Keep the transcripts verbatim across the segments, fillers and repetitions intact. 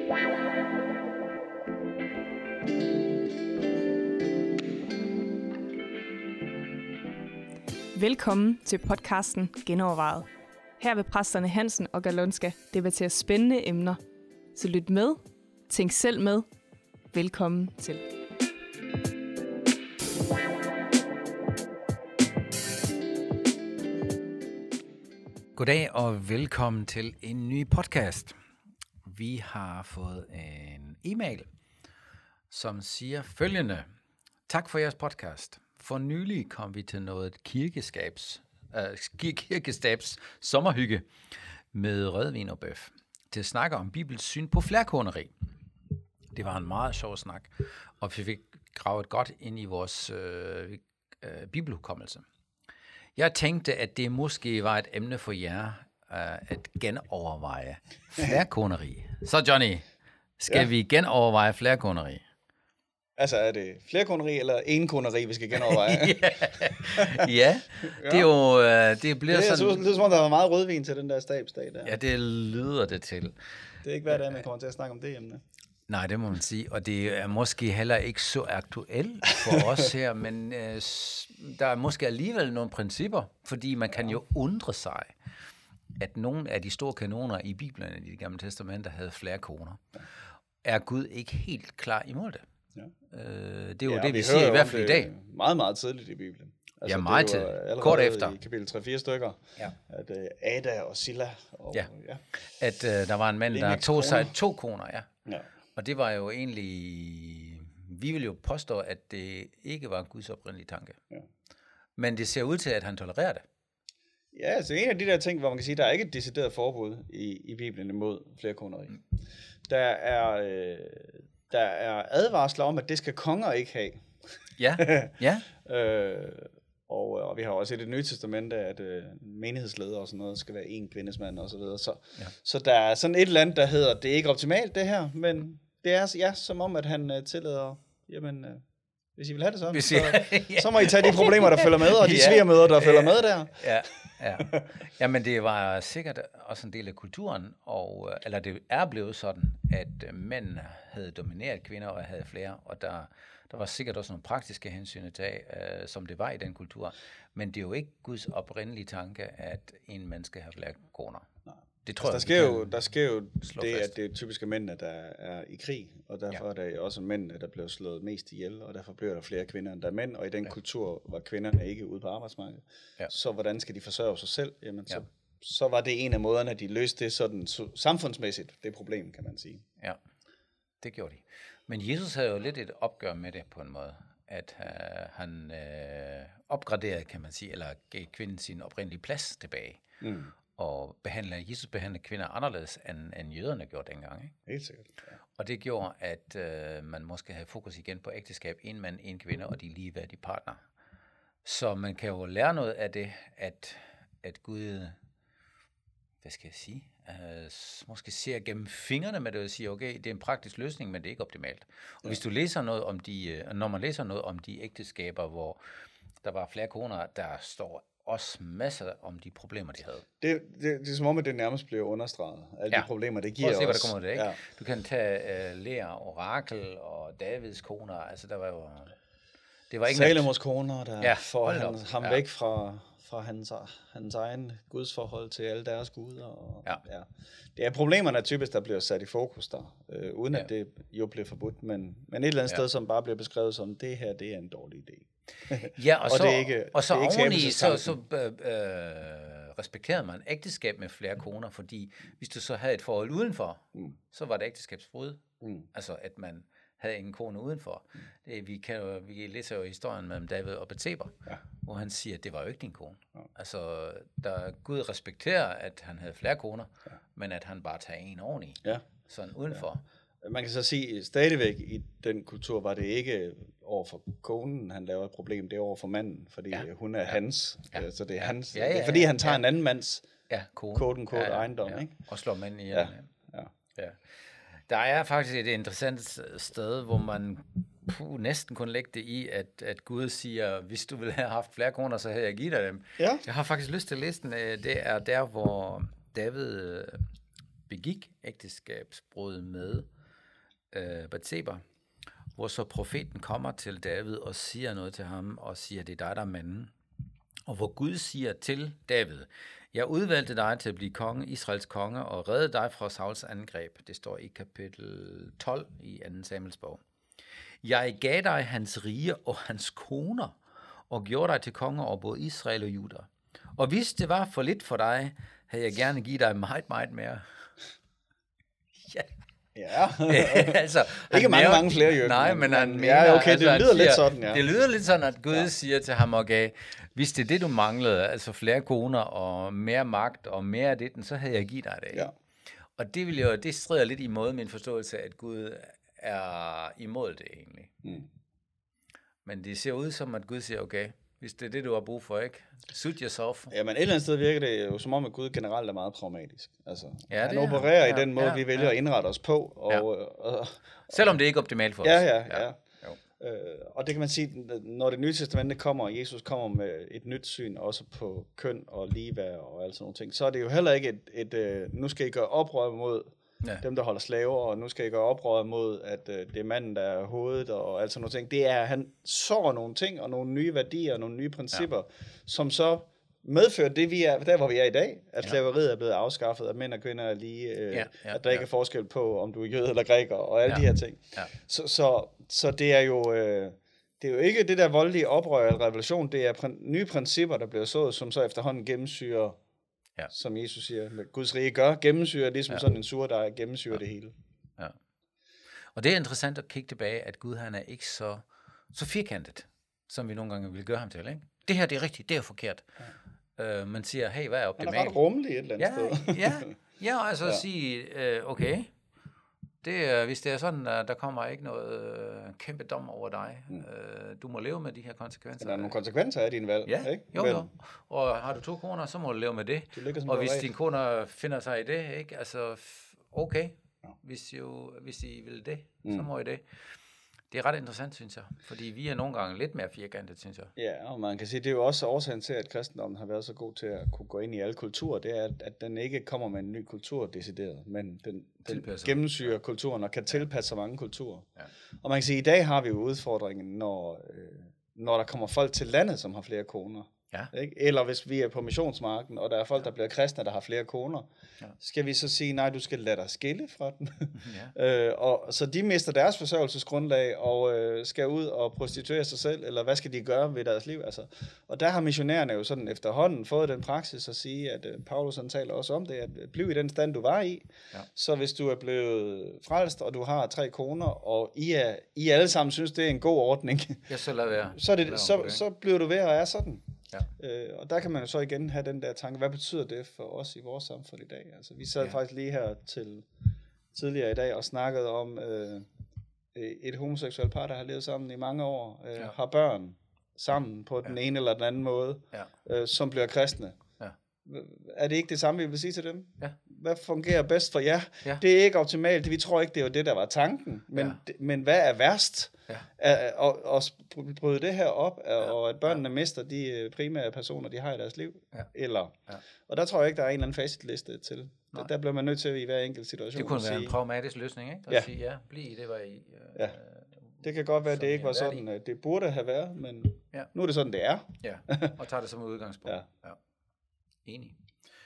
Velkommen til podcasten Genovervejet. Her vil præsterne Hansen og Galonska debattere spændende emner. Så lyt med, tænk selv med. Velkommen til. Goddag og velkommen til en ny podcast. Vi har fået en e-mail, som siger følgende. Tak for jeres podcast. For nylig kom vi til noget kirkeskabs, øh, kirkestabs sommerhygge med rødvin og bøf til at snakke om Bibels syn på flerkoneri. Det var en meget sjov snak, og vi fik gravet godt ind i vores øh, øh, bibelhukommelse. Jeg tænkte, at det måske var et emne for jer øh, at genoverveje flerkoneri. Så Johnny, skal ja. vi genoverveje flerkoneri? Altså, er det flerkoneri eller enkoneri, vi skal genoverveje? ja. ja, det er jo... Øh, det bliver det er, sådan... Det lyder som om, der var meget rødvin til den der stabsdag der. Ja, det lyder det til. Det er ikke hver dag, man kommer til at snakke om det emne. Nej, det må man sige, og det er måske heller ikke så aktuelt for os her, men øh, der er måske alligevel nogle principper, fordi man kan jo undre sig, at nogle af de store kanoner i Bibelen i Det Gamle Testamente havde flere koner. Er Gud ikke helt klar imod det? Ja. Øh, det er jo ja, det, vi, vi siger i hvert fald i dag. Meget, meget tidligt i Bibelen. Altså, ja, meget tidligt. Kort efter. I kapitel tre fire stykker, ja. At uh, Ada og Silla. Og, ja. ja. At uh, der var en mand, der tog sig to koner, ja. ja. Og det var jo egentlig, vi vil jo påstå, at det ikke var Guds oprindelige tanke. Ja. Men det ser ud til, at han tolererer det. Ja, altså en af de der ting, hvor man kan sige, der er ikke et decideret forbud i, i Bibelen imod flerkoneri. Mm. Der er, øh, der er advarsler om, at det skal konger ikke have. Ja, ja. øh, og, og vi har også i Det Nye Testamente, at øh, menighedsledere og sådan noget skal være en kvindesmand og så videre. Så, ja. så der er sådan et eller andet, der hedder, det er ikke optimalt det her, men det er ja, som om, at han øh, tillader, jamen, øh, hvis I vil have det sådan, så, ja. så må I tage de problemer, der følger med, og de ja. svigermøder, der følger med der. Ja, ja. Jamen det var sikkert også en del af kulturen, og, eller det er blevet sådan, at mænd havde domineret kvinder og havde flere, og der... Der var sikkert også nogle praktiske hensyn at tage, øh, som det var i den kultur. Men det er jo ikke Guds oprindelige tanke, at en mand skal have flere koner. Nej. Det tror altså, jeg, der, sker jo, der sker jo det, fast. at det er typisk mændene, der er i krig. Og derfor ja. er det også mændene, der bliver slået mest ihjel. Og derfor bliver der flere kvinder, end der er mænd. Og i den ja. kultur var kvinderne ikke ude på arbejdsmarkedet. Ja. Så hvordan skal de forsørge sig selv? Jamen, så, ja. så var det en af måderne, at de løste det sådan samfundsmæssigt. Det problem, kan man sige. Ja, det gjorde de. Men Jesus havde jo lidt et opgør med det på en måde, at uh, han uh, opgraderede, kan man sige, eller gav kvinden sin oprindelige plads tilbage, mm. og behandlede, Jesus behandlede kvinder anderledes, end, end jøderne gjorde dengang. Ikke? Helt sikkert. Ja. Og det gjorde, at uh, man måske havde fokus igen på ægteskab, en mand, en kvinde, og de ligeværdige partner. Så man kan jo lære noget af det, at, at Gud, hvad skal jeg sige, Uh, måske ser gennem fingrene med det og siger, okay, det er en praktisk løsning, men det er ikke optimalt. Og ja. hvis du læser noget om de, når man læser noget om de ægteskaber, hvor der var flere koner, der står også masser om de problemer, de havde. Det, det, det er som om, at det nærmest bliver understreget. Alle ja. de problemer, det giver os. Prøv at se, hvad der kommer ud af det, ikke? Ja. Du kan tage uh, Lea, Orakel og Davids koner, altså der var jo... Det var ikke Salomos koner, der ja, får han, ham ja. væk fra... fra hans, hans egen gudsforhold til alle deres guder. Og, ja. Ja. Det er problemerne typisk, der bliver sat i fokus der, øh, uden ja. at det jo bliver forbudt, men, men et eller andet ja. sted, som bare bliver beskrevet som, det her, det er en dårlig idé. Ja, og, og så, det er ikke, og så det er ikke oveni, så, så øh, øh, respekterede man ægteskab med flere koner, fordi hvis du så havde et forhold udenfor, mm. så var det ægteskabsbrud. Mm. Altså, at man havde en kone udenfor. Mm. Det, vi, kan jo, vi læser jo historien mellem David og Bathsheba, ja. hvor han siger, at det var jo ikke din kone. Ja. Altså, der Gud respekterer, at han havde flere koner, ja. men at han bare tager en oveni, ja. sådan udenfor. Ja. Man kan så sige, at stadigvæk i den kultur var det ikke over for konen, han laver et problem, det er over for manden, fordi ja. hun er ja. hans. Ja. Så det er hans. Ja, ja, ja, det er, fordi han tager ja. en anden mands ja, kone. Kode, kode, ja, ja, ejendom. Ja. Ikke? Og slår manden ihjel. Ja. Ja. Ja. Der er faktisk et interessant sted, hvor man puh, næsten kunne lægge det i, at, at Gud siger, hvis du ville have haft flere koner, så havde jeg givet dig dem. Ja. Jeg har faktisk lyst til at læse den. Det er der, hvor David begik ægteskabsbrud med øh, Batseba, hvor så profeten kommer til David og siger noget til ham, og siger, det er dig, der er manden. Og hvor Gud siger til David, jeg udvalgte dig til at blive konge, Israels konge, og redde dig fra Sauls angreb. Det står i kapitel tolv i anden Samuels bog. Jeg gav dig hans rige og hans koner, og gjorde dig til konge over både Israel og Juda. Og hvis det var for lidt for dig, havde jeg gerne givet dig meget, meget mere. Ja. Ja, altså, ikke mange, nævnt, mange flere, Jørgen. Nej, men han mener, ja, okay, altså, det lyder siger, lidt sådan, ja. Det lyder lidt sådan, at Gud ja. siger til ham, okay, hvis det er det, du manglede, altså flere koner og mere magt og mere af det, så havde jeg givet dig det. Ja. Og det, vil jo, det strider lidt imod min forståelse af, at Gud er imod det egentlig. Mm. Men det ser ud som, at Gud siger, okay, hvis det er det, du har brug for, ikke? Suit yourself. Ja, men et eller andet sted virker det jo som om, at Gud generelt er meget pragmatisk. Altså, ja, han opererer ja, i den måde, ja, vi vælger ja. at indrette os på. Og, ja. og, og, Selvom det ikke er optimalt for os. Ja, ja, ja. ja. Øh, og det kan man sige, når det nye testamente kommer, og Jesus kommer med et nyt syn, også på køn og ligeværd og alt sådan nogle ting, så er det jo heller ikke et, et, et nu skal I gøre oprør mod ja. dem, der holder slaver, og nu skal I gøre oprør mod, at uh, det er manden, der er hovedet, og alt sådan nogle ting. Det er, han sår nogle ting, og nogle nye værdier, og nogle nye principper, ja. som så medfører det, vi er, der hvor vi er i dag, at slaveriet er blevet afskaffet, at mænd og kvinder er lige, øh, ja, ja, at der ikke ja. er forskel på, om du er jøde eller græker, og alle ja. de her ting. Ja. Så, så, så det er jo... Øh, Det er jo ikke det der voldelige oprør eller revolution, det er pr- nye principper, der bliver sået, som så efterhånden gennemsyrer, ja. som Jesus siger, med Guds rige gør, gennemsyrer, ligesom ja. sådan en surdej gennemsyrer ja. det hele. Ja. Og det er interessant at kigge tilbage, at Gud han er ikke så, så firkantet, som vi nogle gange vil gøre ham til. Ikke? Det her det er rigtigt, det er forkert. Ja. Øh, man siger, hey, hvad er optimalt? Han er ret rummelig et eller andet ja, sted. ja, ja, altså ja. at sige, øh, okay, det, hvis det er sådan, at der kommer ikke noget øh, kæmpe dom over dig, mm. øh, du må leve med de her konsekvenser. Der er nogle konsekvenser af din valg, ja, ikke? Jo, jo. Og har du to koner, så må du leve med det. Og hvis din koner finder sig i det, ikke? Altså, okay, ja. hvis, jo, hvis I vil det, mm. så må I det. Det er ret interessant, synes jeg, fordi vi er nogle gange lidt mere firkantet, synes jeg. Ja, og man kan sige, det er jo også årsagen til, at kristendommen har været så god til at kunne gå ind i alle kulturer, det er, at den ikke kommer med en ny kultur decideret, men den, den gennemsyrer ja. kulturen og kan tilpasse sig mange kulturer. Ja. Og man kan sige, at i dag har vi jo udfordringen, når, øh, når der kommer folk til landet, som har flere koner. Ja. Ikke? Eller hvis vi er på missionsmarken, og der er folk, ja. der bliver kristne, der har flere koner, ja. skal vi så sige, nej, du skal lade dig skille fra den. Ja. øh, og, så de mister deres forsørgelsesgrundlag, og øh, skal ud og prostituere sig selv, eller hvad skal de gøre ved deres liv? Altså, og der har missionærerne jo sådan efterhånden fået den praksis at sige, at øh, Paulus han taler også om det, at bliv i den stand, du var i. Ja. Så hvis du er blevet frelst, og du har tre koner, og I, er, I alle sammen synes, det er en god ordning, ja, så, lad være. så, er det, så, så bliver du ved at er sådan. Ja. Øh, og der kan man jo så igen have den der tanke, hvad betyder det for os i vores samfund i dag? Altså, vi sad ja. faktisk lige her til tidligere i dag og snakkede om øh, et homoseksuelt par, der har levet sammen i mange år, øh, ja. har børn sammen på den ja. ene eller den anden måde, ja. øh, som bliver kristne. Ja. Er det ikke det samme, vi vil sige til dem? Ja. Hvad fungerer bedst for jer? Ja. Det er ikke optimalt. Vi tror ikke, det var det, der var tanken. Men, ja. det, men hvad er værst? Ja. At bryde det her op, ja. og at børnene ja. mister de primære personer, de har i deres liv? Ja. Eller? Ja. Og der tror jeg ikke, der er en eller anden facitliste til. Der, der bliver man nødt til i hver enkelt situation. Det kunne være sige, en pragmatisk løsning, ikke? At ja. sige, ja, bliv i det, var I. Øh, ja. Det kan godt være, at det ikke var sådan, i. det burde have været, men ja. nu er det sådan, det er. Ja, og tager det som udgangspunkt. Ja. Ja. Enig.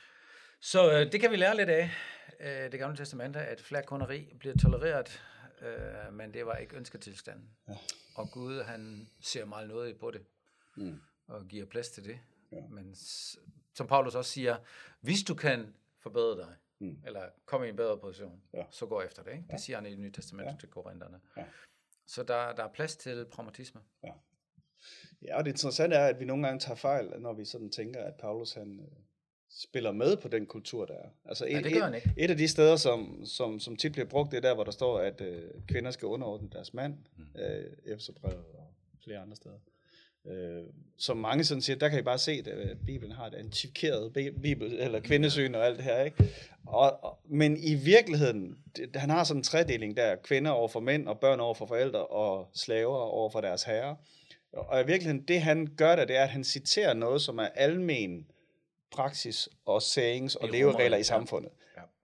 Så øh, det kan vi lære lidt af, øh, det gamle testamente, at flerkoneri bliver tolereret, øh, men det var ikke ønsketilstanden. Ja. Og Gud, han ser meget noget på det, mm. og giver plads til det. Ja. Men som Paulus også siger, hvis du kan forbedre dig, mm. eller komme i en bedre position, ja. så gå efter det. Ikke? Det siger han i det nye testamente ja. til korinterne. Ja. Så der, der er plads til pragmatisme. Ja. Ja, og det interessante er, at vi nogle gange tager fejl, når vi sådan tænker, at Paulus han øh, spiller med på den kultur, der er. Altså et, ja, et, et af de steder, som, som, som tit bliver brugt, det er der, hvor der står, at øh, kvinder skal underordne deres mand, mm. øh, Efeserbrevet og flere andre steder. Øh, som mange sådan siger, der kan I bare se, at Bibelen har et antikeret bibel, eller kvindesyn og alt det her, ikke? Og, og, men i virkeligheden, det, han har sådan en tredeling der, kvinder over for mænd, og børn over for forældre, og slaver over for deres herrer. Og i virkeligheden, det han gør der, det er, at han citerer noget, som er almen praksis og sayings og leveregler i samfundet. Ja.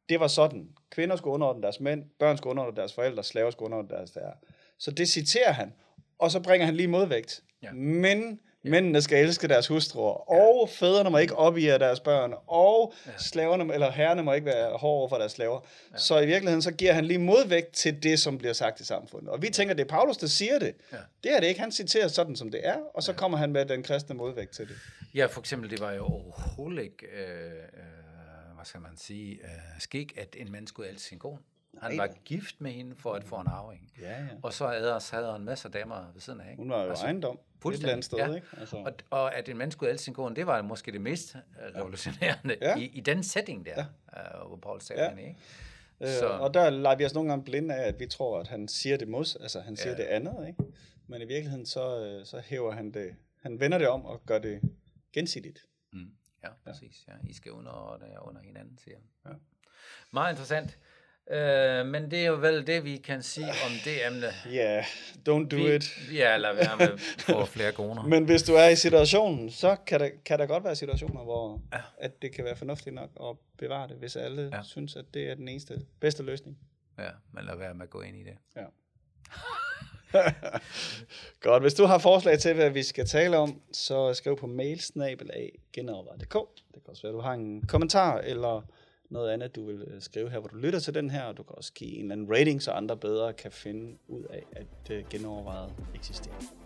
det var sådan. Kvinder skulle underordne deres mænd, børn skulle underordne deres forældre, slaver skulle underordne deres der. Så det citerer han, og så bringer han lige modvægt. Ja. Men ja. mændene skal elske deres hustruer, og ja. fædrene må ikke opige deres børn, og ja. slaverne, eller herrerne må ikke være hårde over for deres slaver. Ja. Så i virkeligheden, så giver han lige modvægt til det, som bliver sagt i samfundet. Og vi tænker, det er Paulus, der siger det. Ja. Det er det ikke. Han citerer sådan, som det er, og så ja. kommer han med den kristne modvægt til det. Ja, for eksempel, det var jo overhovedet ikke, øh, øh, hvad skal man sige, øh, skik, at en mand skulle elske sin kone. Han var gift med hende for at få en arving. Ja, ja. Og så ellers havde han en masse damer ved siden af. Ikke? Hun var jo altså, ejendom. Et eller andet sted, ja. ikke? Altså. Og, og at en mand skulle elske sin kone, det var måske det mest revolutionerende ja. i, i den setting der, ja. uh, hvor Paul sagde ja. hende, ikke? Så. Øh, og der lader vi os nogle gange blinde af, at vi tror, at han siger det mods, altså han siger ja. det andet, ikke? Men i virkeligheden, så, så hæver han det, han vender det om og gør det gensidigt. Mm. Ja, præcis. Ja. I skal under, under hinanden, siger han. Ja. Meget interessant. Uh, men det er jo vel det, vi kan sige om det emne. Ja, yeah, don't do vi, it. Ja, lad være med for flere koner. Men hvis du er i situationen, så kan der, kan der godt være situationer, hvor ja. at det kan være fornuftigt nok at bevare det, hvis alle ja. synes, at det er den eneste, bedste løsning. Ja, men lad være med at gå ind i det. Ja. Godt, hvis du har forslag til, hvad vi skal tale om, så skriv på mail snabel-a genovervejet punktum d k. Det kan også være, at du har en kommentar, eller noget andet, du vil skrive her, hvor du lytter til den her, og du kan også give en eller anden rating, så andre bedre kan finde ud af, at genovervejet eksisterer.